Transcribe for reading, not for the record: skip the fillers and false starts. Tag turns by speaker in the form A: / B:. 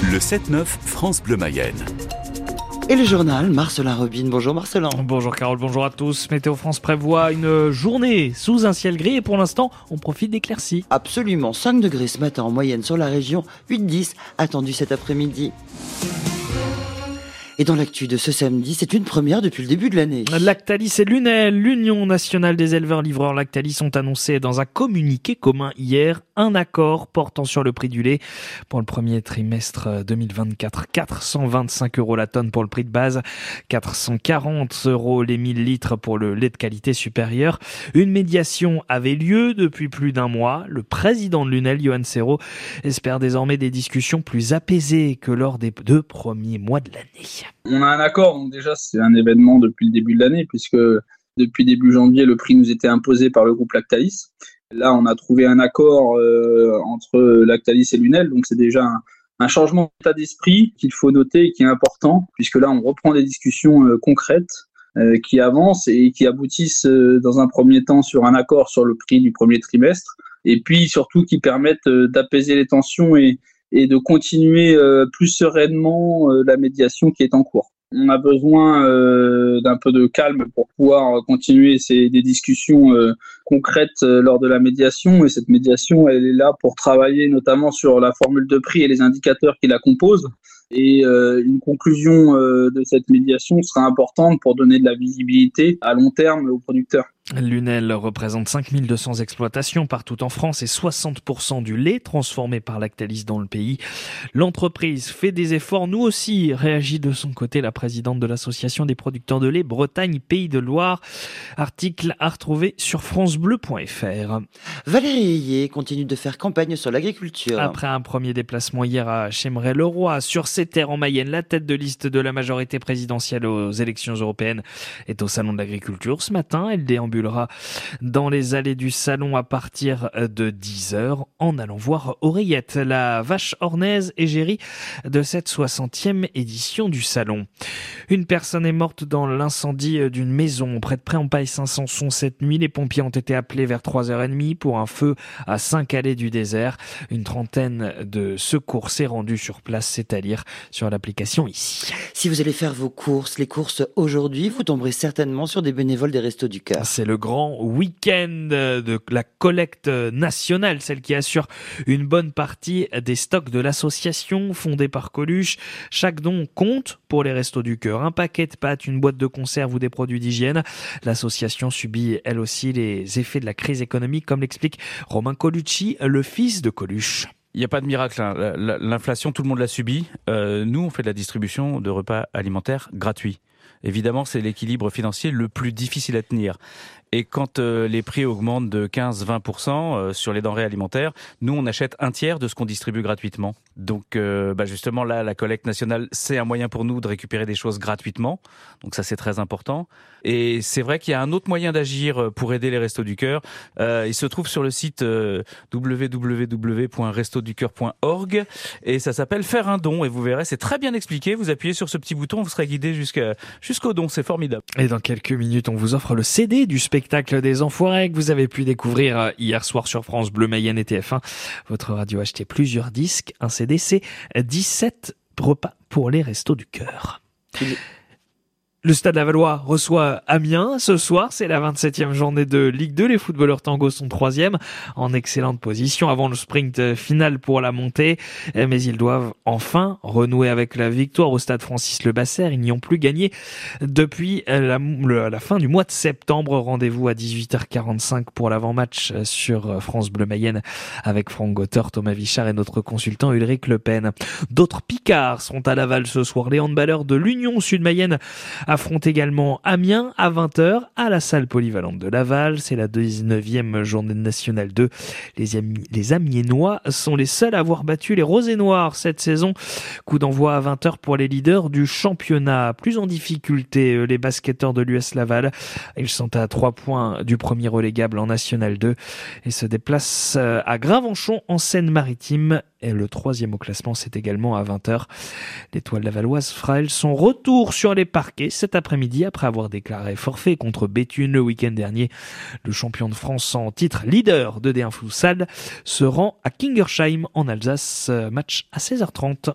A: Le 7-9 France Bleu Mayenne.
B: Et le journal, Marcelin Robin. Bonjour Marcelin.
C: Bonjour Carole, bonjour à tous. Météo France prévoit une journée sous un ciel gris et pour l'instant, on profite d'éclaircies.
B: Absolument, 5 degrés ce matin en moyenne sur la région, 8-10 attendus cet après-midi. Et dans l'actu de ce samedi, c'est une première depuis le début de l'année.
C: Lactalis et Lunel, l'Union nationale des éleveurs-livreurs Lactalis, ont annoncé dans un communiqué commun hier un accord portant sur le prix du lait pour le premier trimestre 2024. 425 € la tonne pour le prix de base, 440 € les 1000 litres pour le lait de qualité supérieure. Une médiation avait lieu depuis plus d'un mois. Le président de Lunel, Johan Serrault, espère désormais des discussions plus apaisées que lors des 2 premiers mois de l'année.
D: On a un accord, donc déjà c'est un événement depuis le début de l'année, puisque depuis début janvier, le prix nous était imposé par le groupe Lactalis. Là, on a trouvé un accord entre Lactalis et Lunel, donc c'est déjà un changement d'état d'esprit qu'il faut noter et qui est important, puisque là, on reprend des discussions concrètes qui avancent et qui aboutissent dans un premier temps sur un accord sur le prix du premier trimestre, et puis surtout qui permettent d'apaiser les tensions et de continuer plus sereinement la médiation qui est en cours. On a besoin d'un peu de calme pour pouvoir continuer des discussions concrètes lors de la médiation, et cette médiation, elle est là pour travailler notamment sur la formule de prix et les indicateurs qui la composent. Et une conclusion de cette médiation sera importante pour donner de la visibilité à long terme aux producteurs.
C: Lunel représente 5200 exploitations partout en France et 60% du lait transformé par Lactalis dans le pays. L'entreprise fait des efforts, nous aussi, réagit de son côté la présidente de l'association des producteurs de lait Bretagne Pays de Loire. Article à retrouver sur francebleu.fr.
B: Valérie Ayé continue de faire campagne sur l'agriculture.
C: Après un premier déplacement hier à Chémeray-le-Roi, sur ses terres en Mayenne, la tête de liste de la majorité présidentielle aux élections européennes est au salon de l'agriculture. Ce matin, elle déambulera dans les allées du salon à partir de 10h en allant voir Oreillette, la vache ornaise égérie de cette 60e édition du salon. Une personne est morte dans l'incendie d'une maison près de Pré-en-Paille-Saint-Sanson cette nuit. Les pompiers ont été appelés vers 3h30 pour un feu à 5 allées du désert. Une trentaine de secours s'est rendue sur place, c'est à lire sur l'application ici.
B: Si vous allez faire vos courses, les courses aujourd'hui, vous tomberez certainement sur des bénévoles des Restos du Cœur.
C: C'est le grand week-end de la collecte nationale, celle qui assure une bonne partie des stocks de l'association fondée par Coluche. Chaque don compte pour les Restos du Cœur. Un paquet de pâtes, une boîte de conserve ou des produits d'hygiène. L'association subit elle aussi les effets de la crise économique, comme l'explique Romain Colucci, le fils de Coluche.
E: Il n'y a pas de miracle, hein. L'inflation, tout le monde l'a subi. Nous, on fait de la distribution de repas alimentaires gratuits. Évidemment, c'est l'équilibre financier le plus difficile à tenir. Et quand les prix augmentent de 15-20% sur les denrées alimentaires, nous, on achète un tiers de ce qu'on distribue gratuitement. Donc, justement, là, la collecte nationale, c'est un moyen pour nous de récupérer des choses gratuitement. Donc ça, c'est très important. Et c'est vrai qu'il y a un autre moyen d'agir pour aider les Restos du Cœur. Il se trouve sur le site www.restoducoeur.org et ça s'appelle Faire un don. Et vous verrez, c'est très bien expliqué. Vous appuyez sur ce petit bouton, vous serez guidé jusqu'au don. C'est formidable.
C: Et dans quelques minutes, on vous offre le CD du spectacle des Enfoirés que vous avez pu découvrir hier soir sur France Bleu Mayenne et TF1. Votre radio a acheté plusieurs disques. Un CD, c'est 17 repas pour les Restos du Cœur. Le Stade Lavallois reçoit Amiens ce soir, c'est la 27e journée de Ligue 2. Les footballeurs tango sont 3e, en excellente position avant le sprint final pour la montée. Mais ils doivent enfin renouer avec la victoire au Stade Francis-Le-Basser. Ils n'y ont plus gagné depuis la fin du mois de septembre. Rendez-vous à 18h45 pour l'avant-match sur France Bleu Mayenne avec Franck Gotter, Thomas Vichard et notre consultant Ulrich Le Pen. D'autres Picards sont à Laval ce soir. Les handballeurs de l'Union Sud-Mayenne affronte également Amiens à 20h à la salle polyvalente de Laval. C'est la 19e journée de National 2. Les Amiénois sont les seuls à avoir battu les Rosés Noirs cette saison. Coup d'envoi à 20h pour les leaders du championnat. Plus en difficulté, les basketteurs de l'US Laval. Ils sont à 3 points du premier relégable en National 2 et se déplacent à Gravenchon en Seine-Maritime. Et le 3e au classement, c'est également à 20h. L'Étoile lavalloise fera elle son retour sur les parquets cet après-midi après avoir déclaré forfait contre Béthune le week-end dernier. Le champion de France en titre, leader de D1 Futsal, se rend à Kingersheim en Alsace. Match à 16h30.